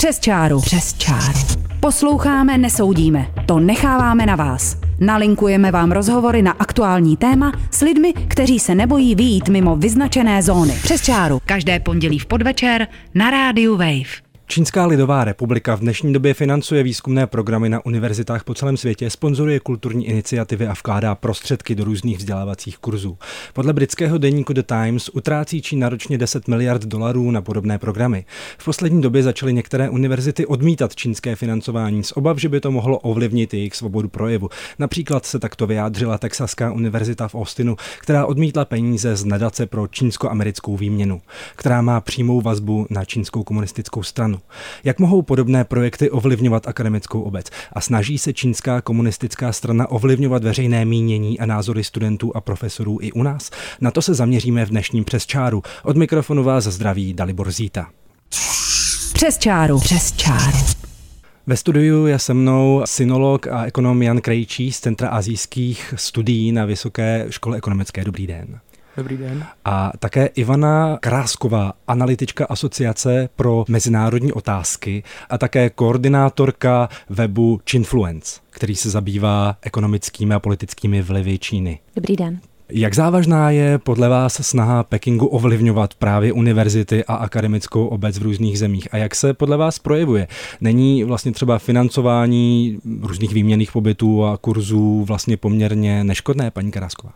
Přes čáru. Přes čáru. Posloucháme, nesoudíme. To necháváme na vás. Nalinkujeme vám rozhovory na aktuální téma s lidmi, kteří se nebojí vyjít mimo vyznačené zóny. Přes čáru. Každé pondělí v podvečer na rádiu Wave. Čínská lidová republika v dnešní době financuje výzkumné programy na univerzitách po celém světě, sponzoruje kulturní iniciativy a vkládá prostředky do různých vzdělávacích kurzů. Podle britského deníku The Times utrácí Čína ročně $10 miliard na podobné programy. V poslední době začaly některé univerzity odmítat čínské financování z obav, že by to mohlo ovlivnit jejich svobodu projevu. Například se takto vyjádřila Texaská univerzita v Austinu, která odmítla peníze z nadace pro čínsko-americkou výměnu, která má přímou vazbu na čínskou komunistickou stranu. Jak mohou podobné projekty ovlivňovat akademickou obec? A snaží se čínská komunistická strana ovlivňovat veřejné mínění a názory studentů a profesorů i u nás? Na to se zaměříme v dnešním Přes čáru. Od mikrofonu vás zdraví Dalibor Zíta. Přes čáru. Přes čáru. Ve studiu je se mnou sinolog a ekonom Jan Krejčí z Centra asijských studií na Vysoké škole ekonomické. Dobrý den. Dobrý den. A také Ivana Krásková, analytička Asociace pro mezinárodní otázky a také koordinátorka webu Chinfluence, který se zabývá ekonomickými a politickými vlivy Číny. Dobrý den. Jak závažná je podle vás snaha Pekingu ovlivňovat právě univerzity a akademickou obec v různých zemích? A jak se podle vás projevuje? Není vlastně třeba financování různých výměnných pobytů a kurzů vlastně poměrně neškodné, paní Krásková?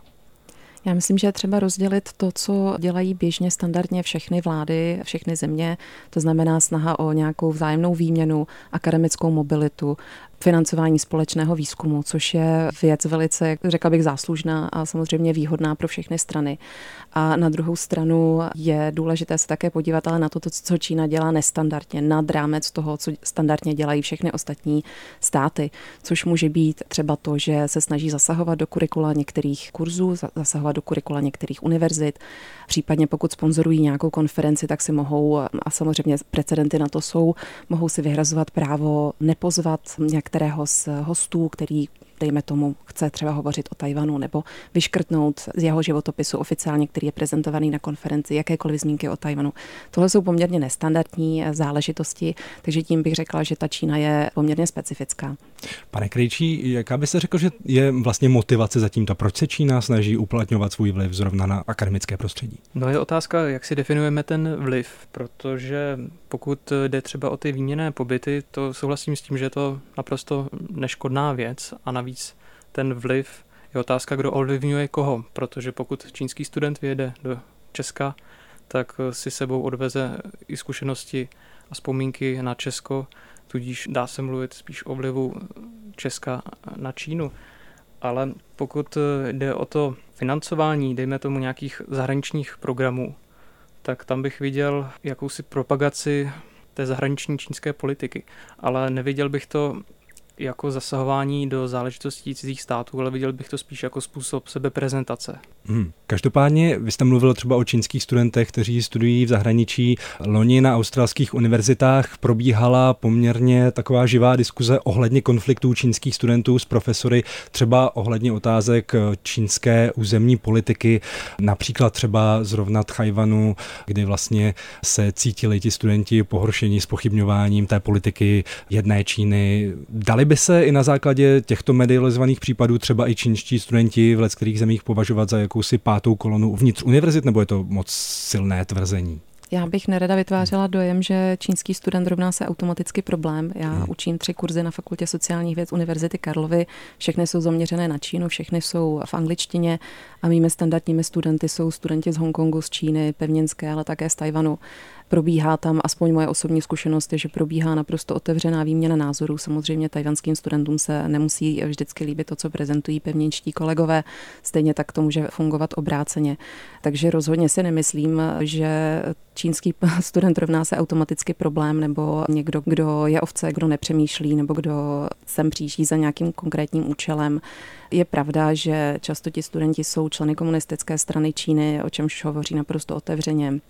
Já myslím, že je třeba rozdělit to, co dělají běžně standardně všechny vlády, všechny země, to znamená snaha o nějakou vzájemnou výměnu, akademickou mobilitu, financování společného výzkumu, což je věc velice, řekla bych, záslužná a samozřejmě výhodná pro všechny strany. A na druhou stranu je důležité se také podívat ale na to, co Čína dělá nestandardně, nad rámec toho, co standardně dělají všechny ostatní státy, což může být třeba to, že se snaží zasahovat do kurikula některých kurzů, zasahovat do kurikula některých univerzit, případně pokud sponzorují nějakou konferenci, tak si mohou, a samozřejmě precedenty na to jsou, mohou si vyhrazovat právo nepozvat některého z hostů, který, dejme tomu, chce třeba hovořit o Tajvanu, nebo vyškrtnout z jeho životopisu oficiálně, který je prezentovaný na konferenci, jakékoliv zmínky o Tajvanu. Tohle jsou poměrně nestandardní záležitosti, takže tím bych řekla, že ta Čína je poměrně specifická. Pane Krejčí, jaká byste řekl, že je vlastně motivace za tímto? Proč se Čína snaží uplatňovat svůj vliv zrovna na akademické prostředí? No je otázka, jak si definujeme ten vliv, protože pokud jde třeba o ty výměnné pobyty, to souhlasím s tím, že je to naprosto neškodná věc a navíc ten vliv je otázka, kdo ovlivňuje koho, protože pokud čínský student vyjede do Česka, tak si sebou odveze i zkušenosti a vzpomínky na Česko, tudíž dá se mluvit spíš o vlivu Česka na Čínu. Ale pokud jde o to financování, dejme tomu nějakých zahraničních programů, tak tam bych viděl jakousi propagaci té zahraniční čínské politiky. Ale neviděl bych to jako zasahování do záležitostí cizích států, ale viděl bych to spíš jako způsob sebeprezentace. Každopádně, vy jste mluvil třeba o čínských studentech, kteří studují v zahraničí. Loni na australských univerzitách probíhala poměrně taková živá diskuze ohledně konfliktů čínských studentů s profesory, třeba ohledně otázek čínské územní politiky, například třeba zrovna Tchajwanu, kdy vlastně se cítili ti studenti pohoršení zpochybňováním té politiky jedné Číny. Dali by se i na základě těchto medializovaných případů třeba i čínští studenti v leckterých zemích považovat za jakousi pátou kolonu uvnitř univerzit, nebo je to moc silné tvrzení? Já bych nerada vytvářela dojem, že čínský student rovná se automaticky problém. Já učím 3 kurzy na Fakultě sociálních věd Univerzity Karlovy. Všechny jsou zaměřené na Čínu, všechny jsou v angličtině a mými standardními studenty jsou studenti z Hongkongu, z Číny, pevninské, ale také z Tajvanu. Probíhá tam, aspoň moje osobní zkušenost je, že probíhá naprosto otevřená výměna názorů. Samozřejmě tajvanským studentům se nemusí vždycky líbit to, co prezentují pevninští kolegové, stejně tak to může fungovat obráceně. Takže rozhodně si nemyslím, že čínský student rovná se automaticky problém, nebo někdo, kdo je ovce, kdo nepřemýšlí, nebo kdo sem přijíždí za nějakým konkrétním účelem. Je pravda, že často ti studenti jsou členy komunistické strany Číny, o čemž hovoří naprosto otevřeně.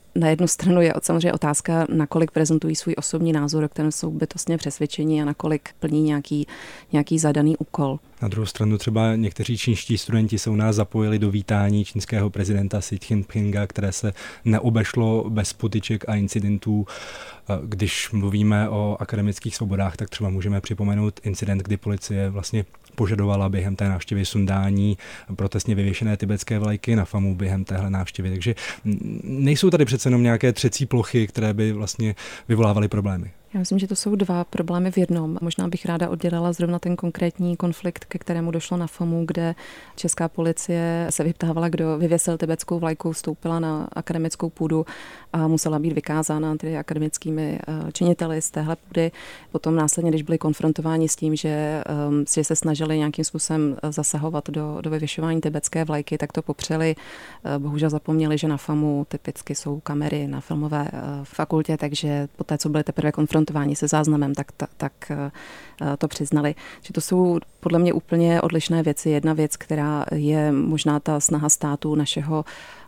na jednu stranu je samozřejmě otázka, nakolik prezentují svůj osobní názor, o kterém jsou bytostně přesvědčení a nakolik plní nějaký zadaný úkol. Na druhou stranu třeba někteří čínští studenti se u nás zapojili do vítání čínského prezidenta Xi Jinpinga, které se neobešlo bez potyček a incidentů. Když mluvíme o akademických svobodách, tak třeba můžeme připomenout incident, kdy policie vlastně požadovala během té návštěvy sundání protestně vyvěšené tibetské vlajky na FAMu během téhle návštěvy. Takže nejsou tady přece jenom nějaké třecí plochy, které by vlastně vyvolávaly problémy. Já myslím, že to jsou dva problémy v jednom. Možná bych ráda oddělila zrovna ten konkrétní konflikt, ke kterému došlo na FAMu, kde česká policie se vyptávala, kdo vyvěsil tibetskou vlajku, vstoupila na akademickou půdu a musela být vykázána tedy akademickými činiteli z téhle půdy. Potom následně, když byli konfrontováni s tím, že se snažili nějakým způsobem zasahovat do vyvěšování tibetské vlajky, tak to popřeli. Bohužel zapomněli, že na FAMu typicky jsou kamery na filmové fakultě, takže poté, co byly teprve konfrontováni se záznamem, tak to přiznali. Že to jsou podle mě úplně odlišné věci. Jedna věc, která je možná ta snaha státu našeho,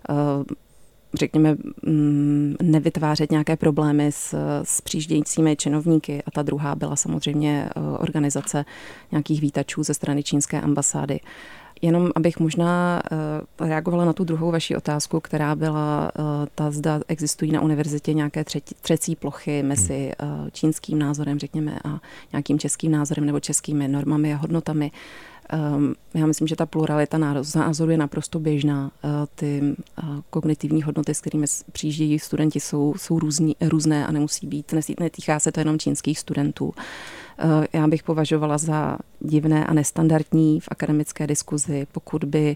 řekněme, nevytvářet nějaké problémy s přijíždějícími činovníky, a ta druhá byla samozřejmě organizace nějakých vítačů ze strany čínské ambasády. Jenom abych možná reagovala na tu druhou vaši otázku, která byla ta, zda existují na univerzitě nějaké třecí plochy mezi čínským názorem, řekněme, a nějakým českým názorem nebo českými normami a hodnotami. Já myslím, že ta pluralita názorů je naprosto běžná. Ty kognitivní hodnoty, s kterými přijíždějí studenti, jsou různé a nemusí být, netýká se to jenom čínských studentů. Já bych považovala za divné a nestandardní v akademické diskuzi, pokud by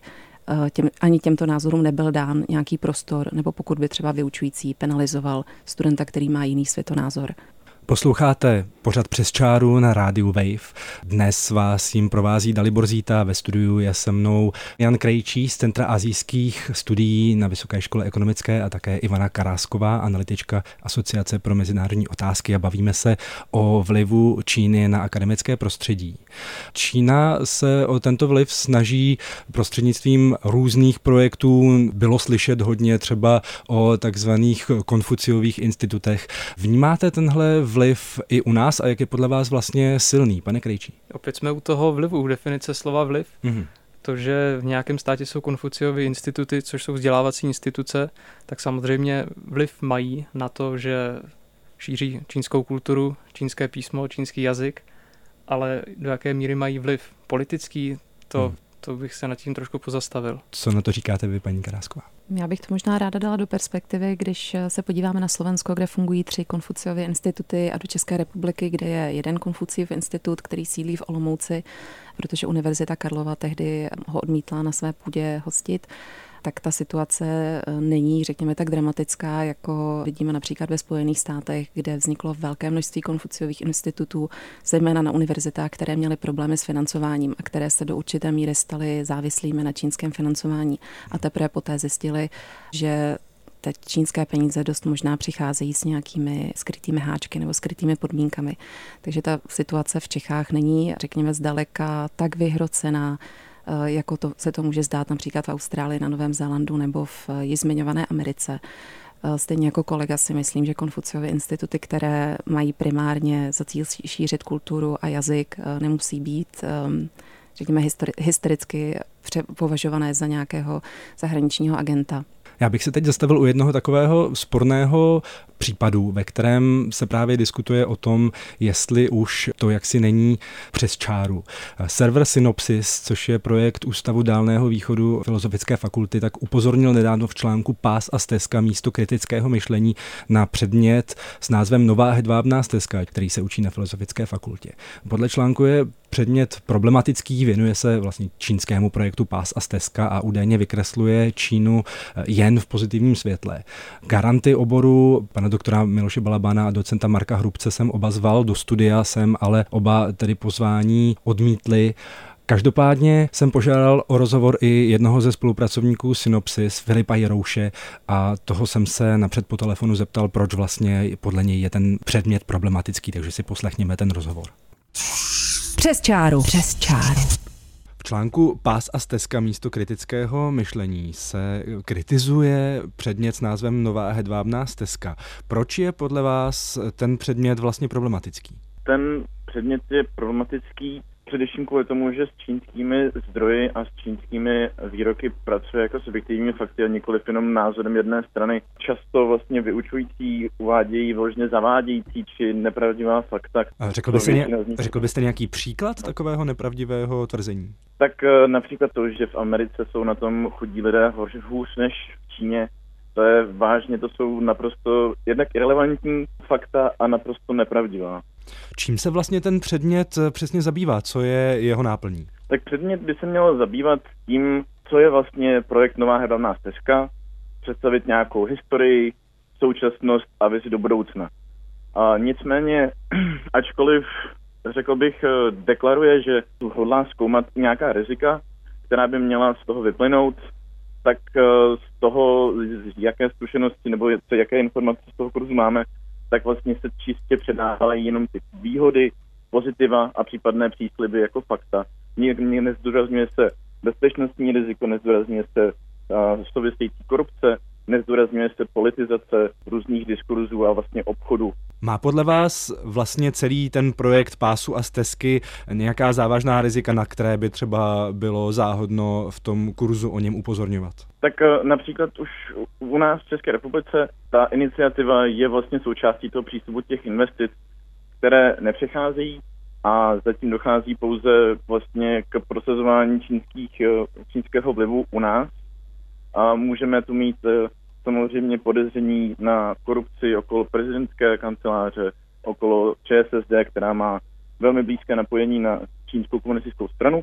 ani těmto názorům nebyl dán nějaký prostor, nebo pokud by třeba vyučující penalizoval studenta, který má jiný světonázor. Posloucháte pořad Přes čáru na rádiu Wave. Dnes vás jim provází Dalibor Zíta, ve studiu je se mnou Jan Krejčí z Centra asijských studií na Vysoké škole ekonomické a také Ivana Karásková, analytička Asociace pro mezinárodní otázky, a bavíme se o vlivu Číny na akademické prostředí. Čína se o tento vliv snaží prostřednictvím různých projektů. Bylo slyšet hodně třeba o takzvaných konfuciových institutech. Vnímáte tenhle vliv i u nás a jak je podle vás vlastně silný, pane Krejčí? Opět jsme u toho vlivu, u definice slova vliv. To, že v nějakém státě jsou Konfuciovy instituty, což jsou vzdělávací instituce, tak samozřejmě vliv mají na to, že šíří čínskou kulturu, čínské písmo, čínský jazyk, ale do jaké míry mají vliv politický, to bych se nad tím trošku pozastavil. Co na to říkáte vy, paní Karásková? Já bych to možná ráda dala do perspektivy, když se podíváme na Slovensko, kde fungují 3 Konfuciovy instituty, a do České republiky, kde je jeden Konfuciův institut, který sídlí v Olomouci, protože Univerzita Karlova tehdy ho odmítla na své půdě hostit. Tak ta situace není, řekněme, tak dramatická, jako vidíme například ve Spojených státech, kde vzniklo velké množství Konfuciových institutů, zejména na univerzitách, které měly problémy s financováním a které se do určité míry staly závislými na čínském financování. A teprve poté zjistili, že teď čínské peníze dost možná přicházejí s nějakými skrytými háčky nebo skrytými podmínkami. Takže ta situace v Čechách není, řekněme, zdaleka tak vyhrocená, jako se to může zdát například v Austrálii, na Novém Zélandu nebo v již zmiňované Americe. Stejně jako kolega si myslím, že Konfuciovy instituty, které mají primárně za cíl šířit kulturu a jazyk, nemusí být, řekněme, historicky považované za nějakého zahraničního agenta. Já bych se teď zastavil u jednoho takového sporného případu, ve kterém se právě diskutuje o tom, jestli už to jaksi není přes čáru. Server Synopsis, což je projekt Ústavu Dálného východu Filozofické fakulty, tak upozornil nedávno v článku Pás a stezka místo kritického myšlení na předmět s názvem Nová hedvábná stezka, který se učí na Filozofické fakultě. Podle článku je předmět problematický, věnuje se vlastně čínskému projektu Pás a stezka a údajně vykresluje Čínu jen v pozitivním světle. Garanty oboru, pana doktora Miloše Balabana a docenta Marka Hrubce, jsem oba zval do studia, ale oba tedy pozvání odmítli. Každopádně jsem požádal o rozhovor i jednoho ze spolupracovníků Synopsis, Filipa Jirouše, a toho jsem se napřed po telefonu zeptal, proč vlastně podle něj je ten předmět problematický, takže si poslechněme ten rozhovor. Přes čáru. Přes čáru. V článku Pás a stezka místo kritického myšlení se kritizuje předmět s názvem Nová hedvábná stezka. Proč je podle vás ten předmět vlastně problematický? Ten předmět je problematický především kvůli tomu, že s čínskými zdroji a s čínskými výroky pracuje jako subjektivními fakty a nikoliv jenom názorem jedné strany. Často vlastně vyučující uvádějí vložně zavádějící či nepravdivá fakta. Řekl byste nějaký příklad takového nepravdivého tvrzení? Tak například to, že v Americe jsou na tom chudí lidé hůř než v Číně. To je vážně, to jsou naprosto jednak irelevantní fakta a naprosto nepravdivá. Čím se vlastně ten předmět přesně zabývá? Co je jeho náplní? Tak předmět by se měl zabývat tím, co je vlastně projekt Nová hedvábná stezka, představit nějakou historii, současnost a vizi do budoucna. A nicméně, ačkoliv, řekl bych, deklaruje, že hodlá zkoumat nějaká rizika, která by měla z toho vyplynout, tak z toho, jaké zkušenosti nebo jaké informace z toho kurzu máme, tak vlastně se čistě předávají jenom ty výhody, pozitiva a případné přísliby jako fakta. Nezdůrazňuje se bezpečnostní riziko, nezdůrazňuje se související korupce, nezdůrazňuje se politizace různých diskurzů a vlastně obchodu. Má podle vás vlastně celý ten projekt Pásu a stezky nějaká závažná rizika, na které by třeba bylo záhodno v tom kurzu o něm upozorňovat? Tak například už u nás v České republice ta iniciativa je vlastně součástí toho přístupu těch investic, které nepřecházejí a zatím dochází pouze vlastně k prosazování čínského vlivu u nás. A můžeme tu mít samozřejmě podezření na korupci okolo prezidentské kanceláře, okolo ČSSD, která má velmi blízké napojení na čínskou komunistickou stranu.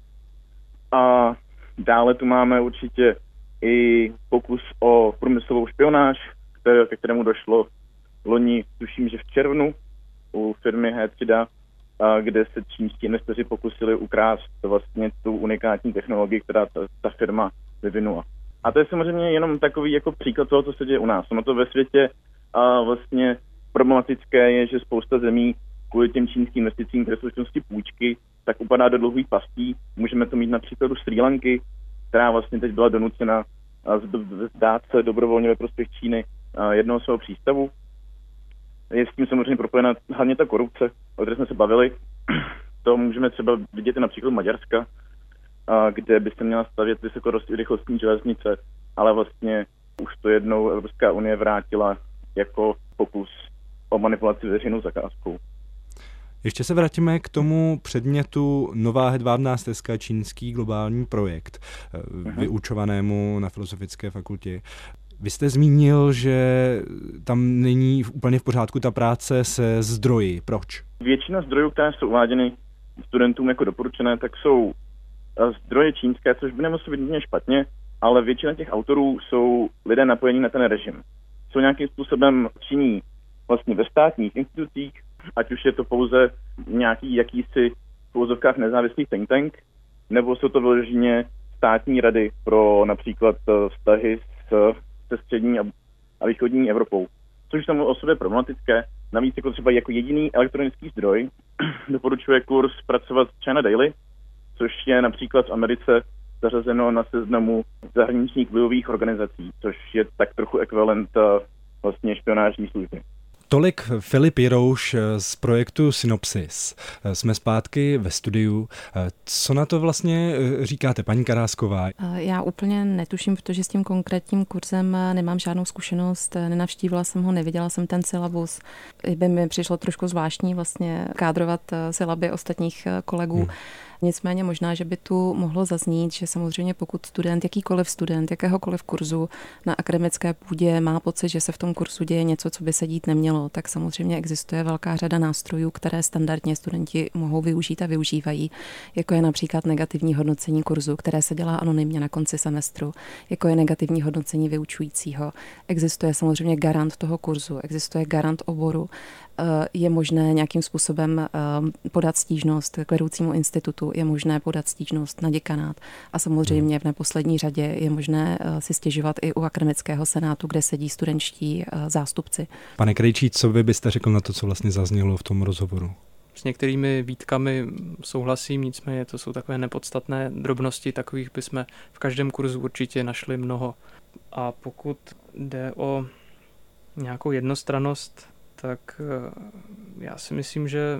A dále tu máme určitě i pokus o průmyslovou špionáž, ke kterému došlo loni, tuším, že v červnu, u firmy H3DA, kde se čínští investoři pokusili ukrást vlastně tu unikátní technologii, která ta firma vyvinula. A to je samozřejmě jenom takový jako příklad toho, co se děje u nás. Ono to ve světě vlastně problematické je, že spousta zemí kvůli těm čínským investicím, které jsou v půjčky, tak upadá do dlouhých pastí. Můžeme to mít například u Srí Lanky, která vlastně teď byla donucena vzdát se dobrovolně ve prospěch Číny jednoho svého přístavu. Je s tím samozřejmě propojena hlavně ta korupce, o které jsme se bavili. To můžeme třeba vidět i například Maďarska, kde by se měla stavět vysokorychlostní železnice, ale vlastně už to jednou Evropská unie vrátila jako pokus o manipulaci veřejnou zakázkou. Ještě se vrátíme k tomu předmětu Nová hedvábná stezka, čínský globální projekt, vyučovanému na Filozofické fakultě. Vy jste zmínil, že tam není úplně v pořádku ta práce se zdroji. Proč? Většina zdrojů, které jsou uváděny studentům jako doporučené, tak jsou zdroje čínské, což by nemuselo být úplně špatně, ale většina těch autorů jsou lidé napojení na ten režim. Jsou nějakým způsobem činí vlastně ve státních institucích, ať už je to pouze nějaký jakýsi v uvozovkách nezávislý think tank, nebo jsou to vyloženě státní rady pro například vztahy se střední a východní Evropou. Což samo o sobě problematické. Navíc jako třeba jako jediný elektronický zdroj doporučuje kurz pracovat s China Daily, což je například v Americe zařazeno na seznamu zahraničních vlivových organizací, což je tak trochu ekvivalent vlastně špionážní služby. Tolik Filip Jirouš z projektu Synopsis. Jsme zpátky ve studiu. Co na to vlastně říkáte, paní Karásková? Já úplně netuším, protože s tím konkrétním kurzem nemám žádnou zkušenost, nenavštívila jsem ho, neviděla jsem ten syllabus. By mi přišlo trošku zvláštní vlastně kádrovat syllaby ostatních kolegů. Nicméně možná, že by tu mohlo zaznít, že samozřejmě pokud jakýkoliv student jakéhokoliv kurzu na akademické půdě má pocit, že se v tom kurzu děje něco, co by se dít nemělo, tak samozřejmě existuje velká řada nástrojů, které standardně studenti mohou využít a využívají, jako je například negativní hodnocení kurzu, které se dělá anonymně na konci semestru, jako je negativní hodnocení vyučujícího. Existuje samozřejmě garant toho kurzu, existuje garant oboru. Je možné nějakým způsobem podat stížnost k vedoucímu institutu, je možné podat stížnost na děkanát a samozřejmě v neposlední řadě je možné si stěžovat i u akademického senátu, kde sedí studentští zástupci. Pane Krejčí, co vy byste řekl na to, co vlastně zaznělo v tom rozhovoru? S některými výtkami souhlasím, nicméně to jsou takové nepodstatné drobnosti, takových bychom v každém kurzu určitě našli mnoho. A pokud jde o nějakou jednostrannost, tak já si myslím, že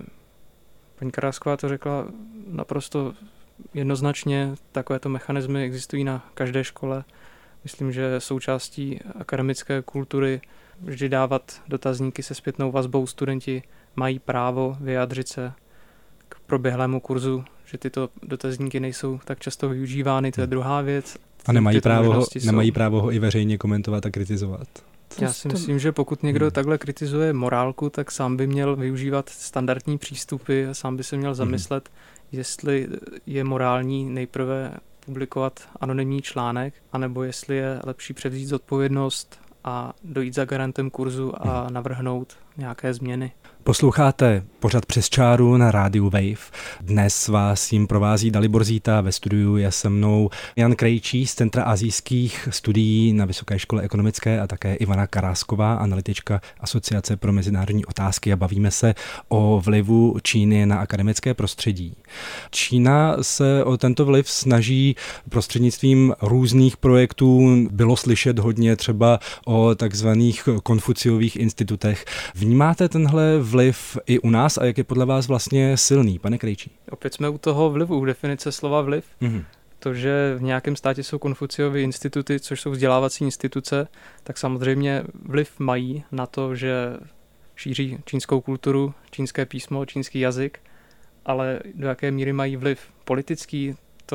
paní Karásková to řekla naprosto jednoznačně, takovéto mechanismy existují na každé škole. Myslím, že součástí akademické kultury vždy dávat dotazníky se zpětnou vazbou. Studenti mají právo vyjádřit se k proběhlému kurzu, že tyto dotazníky nejsou tak často využívány, to je druhá věc. A nemají právo ho i veřejně komentovat a kritizovat. Já si myslím, že pokud někdo takhle kritizuje morálku, tak sám by měl využívat standardní přístupy a sám by se měl zamyslet, jestli je morální nejprve publikovat anonymní článek, anebo jestli je lepší převzít zodpovědnost a dojít za garantem kurzu a navrhnout nějaké změny. Posloucháte pořad Přes čáru na rádiu Wave. Dnes vás jim provází Dalibor Zíta, ve studiu je se mnou Jan Krejčí z Centra asijských studií na Vysoké škole ekonomické a také Ivana Karásková, analytička Asociace pro mezinárodní otázky, a bavíme se o vlivu Číny na akademické prostředí. Čína se o tento vliv snaží prostřednictvím různých projektů. Bylo slyšet hodně třeba o takzvaných konfuciových institutech. Vnímáte tenhle vliv i u nás a jak je podle vás vlastně silný, pane Krejčí? Opět jsme u toho vlivu, u definice slova vliv. To, že v nějakém státě jsou Konfuciovy instituty, což jsou vzdělávací instituce, tak samozřejmě vliv mají na to, že šíří čínskou kulturu, čínské písmo, čínský jazyk, ale do jaké míry mají vliv politický,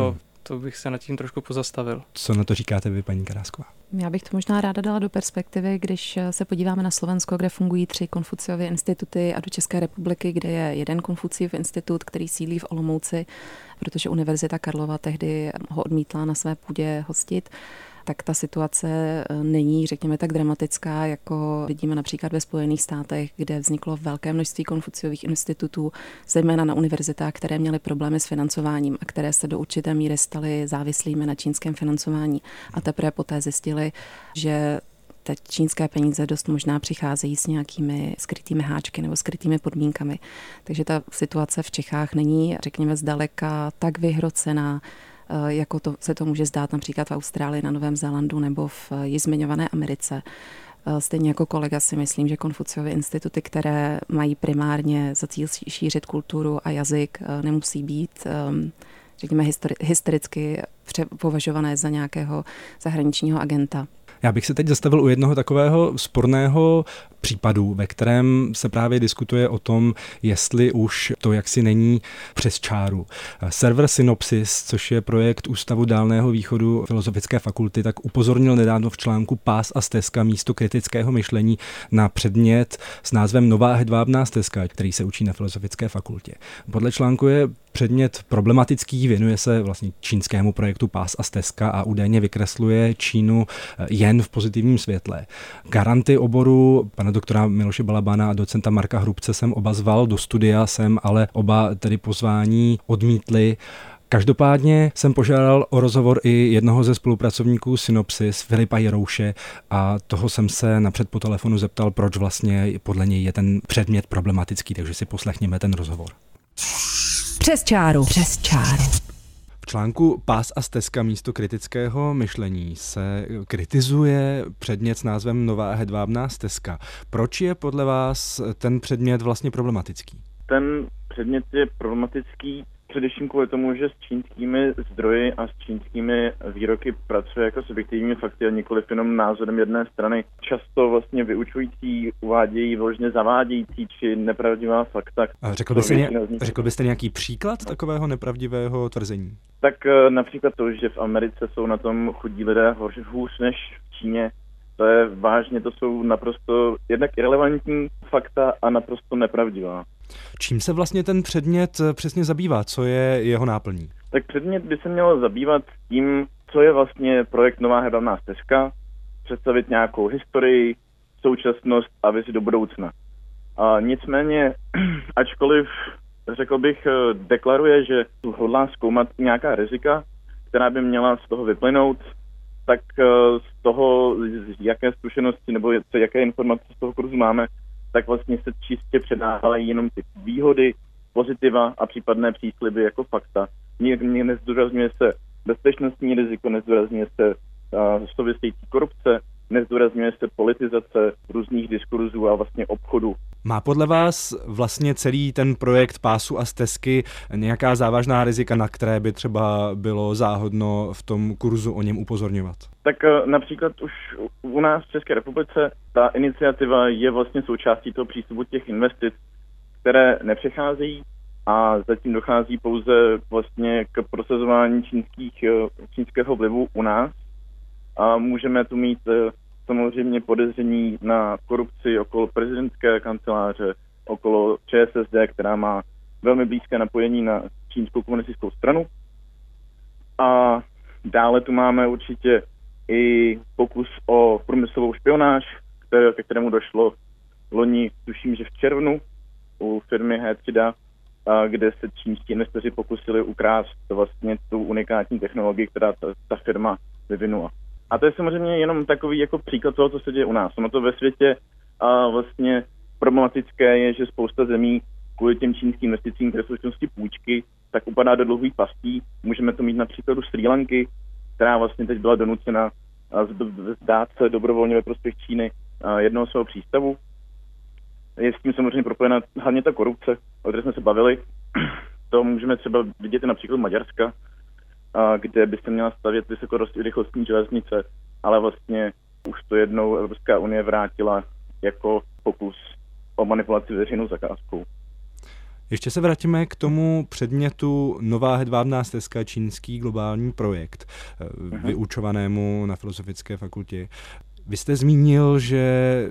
to bych se nad tím trošku pozastavil. Co na to říkáte vy, paní Karásková? Já bych to možná ráda dala do perspektivy, když se podíváme na Slovensko, kde fungují 3 Konfuciovy instituty, a do České republiky, kde je jeden Konfuciův institut, který sídlí v Olomouci, protože Univerzita Karlova tehdy ho odmítla na své půdě hostit. Tak ta situace není, řekněme, tak dramatická, jako vidíme například ve Spojených státech, kde vzniklo velké množství Konfuciových institutů, zejména na univerzitách, které měly problémy s financováním a které se do určité míry staly závislými na čínském financování. A teprve poté zjistili, že teď čínské peníze dost možná přicházejí s nějakými skrytými háčky nebo skrytými podmínkami. Takže ta situace v Čechách není, řekněme, zdaleka tak vyhrocená, jako se to může zdát například v Austrálii, na Novém Zélandu nebo v již zmiňované Americe. Stejně jako kolega si myslím, že Konfuciovy instituty, které mají primárně za cíl šířit kulturu a jazyk, nemusí být, řekněme, historicky považované za nějakého zahraničního agenta. Já bych se teď zastavil u jednoho takového sporného případu, ve kterém se právě diskutuje o tom, jestli už to jaksi není přes čáru. Server Synopsis, což je projekt Ústavu Dálného východu Filozofické fakulty, tak upozornil nedávno v článku Pás a stezka místo kritického myšlení na předmět s názvem Nová hedvábná stezka, který se učí na Filozofické fakultě. Podle článku je předmět problematický, věnuje se vlastně čínskému projektu Pás a stezka a údajně vykresluje Čínu jen v pozitivním světle. Garanty oboru, pana doktora Miloše Balabána a docenta Marka Hrubce, jsem oba zval do studia, ale oba tedy pozvání odmítli. Každopádně jsem požádal o rozhovor i jednoho ze spolupracovníků Synopsis, Filipa Jirouše, a toho jsem se napřed po telefonu zeptal, proč vlastně podle něj je ten předmět problematický, takže si poslechněme ten rozhovor. Přes čáru. Přes čáru. V článku Pás a stezka místo kritického myšlení se kritizuje předmět s názvem Nová hedvábná stezka. Proč je podle vás ten předmět vlastně problematický? Ten předmět je problematický především kvůli tomu, že s čínskými zdroji a s čínskými výroky pracuje jako subjektivními fakty a nikoliv jenom názorem jedné strany. Často vlastně vyučující uvádějí vložně zavádějící či nepravdivá fakta. A řekl byste nějaký příklad takového nepravdivého tvrzení? Tak například to, že v Americe jsou na tom chudí lidé hůř než v Číně. To je vážně, to jsou naprosto jednak irelevantní fakta a naprosto nepravdivá. Čím se vlastně ten předmět přesně zabývá? Co je jeho náplní? Tak předmět by se měl zabývat tím, co je vlastně projekt Nová hedvábná stezka, představit nějakou historii, současnost a vizi do budoucna. A nicméně, ačkoliv, řekl bych, deklaruje, že hodlá zkoumat nějaká rizika, která by měla z toho vyplynout, tak z toho, jaké zkušenosti nebo jaké informace z toho kurzu máme, tak vlastně se čistě předávají jenom ty výhody pozitiva a případné přísliby jako fakta. Nezdůrazňuje se bezpečnostní riziko, nezdůrazňuje se související korupce, nezdůrazňuje se politizace různých diskurzů a vlastně obchodu. Má podle vás vlastně celý ten projekt Pásu a stezky nějaká závažná rizika, na které by třeba bylo záhodno v tom kurzu o něm upozorňovat? Tak například už u nás v České republice ta iniciativa je vlastně součástí toho přístupu těch investic, které nepřecházejí a zatím dochází pouze vlastně k prosazování čínského vlivu u nás. A můžeme tu mít samozřejmě podezření na korupci okolo prezidentské kanceláře, okolo ČSSD, která má velmi blízké napojení na čínskou komunistickou stranu. A dále tu máme určitě i pokus o průmyslovou špionáž, ke kterému došlo loni, tuším, že v červnu, u firmy H3DA, kde se čínští investoři pokusili ukrást vlastně tu unikátní technologii, která ta firma vyvinula. A to je samozřejmě jenom takový jako příklad toho, co se děje u nás. Ono to ve světě vlastně problematické je, že spousta zemí kvůli těm čínským investicím, které jsou v skutečnosti půjčky, tak upadá do dluhových pastí. Můžeme to mít například u Srí Lanky, která vlastně teď byla donucena zdát se dobrovolně ve prospěch Číny jednoho svého přístavu. Je s tím samozřejmě propojena hlavně ta korupce, o které jsme se bavili. To můžeme třeba vidět i například Maďarska, kde by se měla stavět vysokorychlostní železnice, ale vlastně už to jednou Evropská unie vrátila jako pokus o manipulaci veřejnou zakázkou. Ještě se vrátíme k tomu předmětu Nová hedvábná stezka, čínský globální projekt, vyučovanému na Filozofické fakultě. Vy jste zmínil, že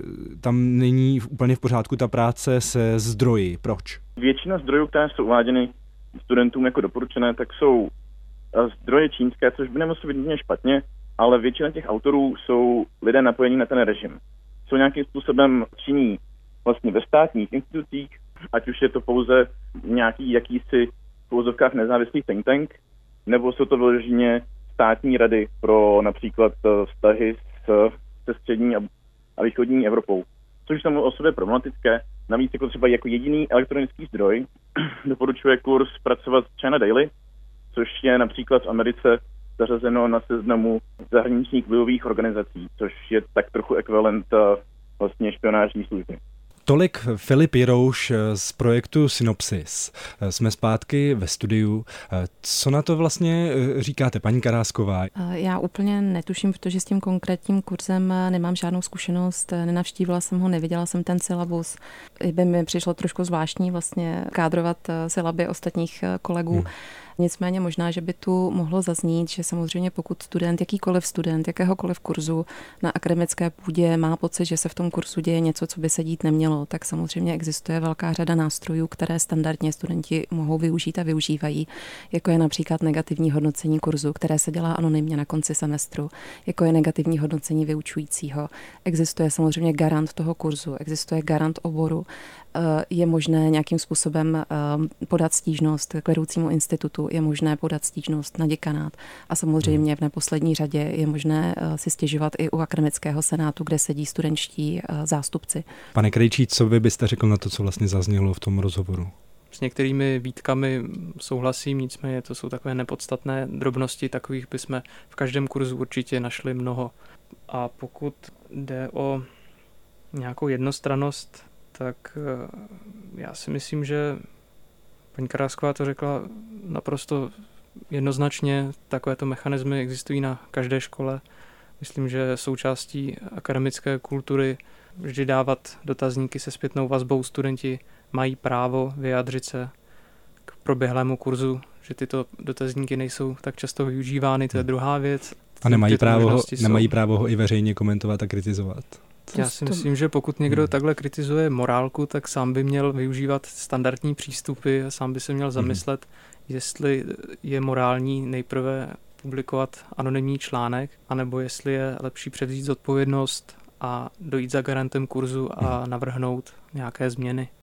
tam není úplně v pořádku ta práce se zdroji. Proč? Většina zdrojů, které jsou uváděny studentům jako doporučené, tak jsou zdroje čínské, což by nemuselo být úplně špatně, ale většina těch autorů jsou lidé napojení na ten režim. Jsou nějakým způsobem činí vlastně ve státních institucích, ať už je to pouze nějaký jakýsi v uvozovkách nezávislý think tank, nebo jsou to vyloženě státní rady pro například vztahy se střední a východní Evropou. Což samo o sobě problematické. Navíc jako třeba jako jediný elektronický zdroj doporučuje kurz pracovat s China Daily, což je například v Americe zařazeno na seznamu zahraničních vlivových organizací, což je tak trochu ekvivalent vlastně špionážní služby. Tolik Filip Jirouš z projektu Synopsis. Jsme zpátky ve studiu. Co na to vlastně říkáte, paní Karásková? Já úplně netuším, protože s tím konkrétním kurzem nemám žádnou zkušenost, nenavštívila jsem ho, neviděla jsem ten syllabus. By mi přišlo trošku zvláštní vlastně kádrovat syllaby ostatních kolegů. Nicméně možná, že by tu mohlo zaznít, že samozřejmě pokud jakýkoliv student jakéhokoliv kurzu na akademické půdě má pocit, že se v tom kurzu děje něco, co by se dít nemělo, tak samozřejmě existuje velká řada nástrojů, které standardně studenti mohou využít a využívají, jako je například negativní hodnocení kurzu, které se dělá anonymně na konci semestru, jako je negativní hodnocení vyučujícího. Existuje samozřejmě garant toho kurzu, existuje garant oboru. Je možné nějakým způsobem podat stížnost k vedoucímu institutu, je možné podat stížnost na děkanát a samozřejmě v neposlední řadě je možné si stěžovat i u akademického senátu, kde sedí studentští zástupci. Pane Krejčí, co vy byste řekl na to, co vlastně zaznělo v tom rozhovoru? S některými výtkami souhlasím, nicméně to jsou takové nepodstatné drobnosti, takových bychom v každém kurzu určitě našli mnoho. A pokud jde o nějakou jednostrannost, tak já si myslím, že paní Karásková to řekla naprosto jednoznačně. Takovéto mechanismy existují na každé škole. Myslím, že součástí akademické kultury vždy dávat dotazníky se zpětnou vazbou. Studenti mají právo vyjádřit se k proběhlému kurzu, že tyto dotazníky nejsou tak často využívány, to je druhá věc. A nemají právo ho i veřejně komentovat a kritizovat. Já si myslím, že pokud někdo takhle kritizuje morálku, tak sám by měl využívat standardní přístupy a sám by se měl zamyslet, jestli je morální nejprve publikovat anonymní článek, anebo jestli je lepší převzít zodpovědnost a dojít za garantem kurzu a navrhnout nějaké změny.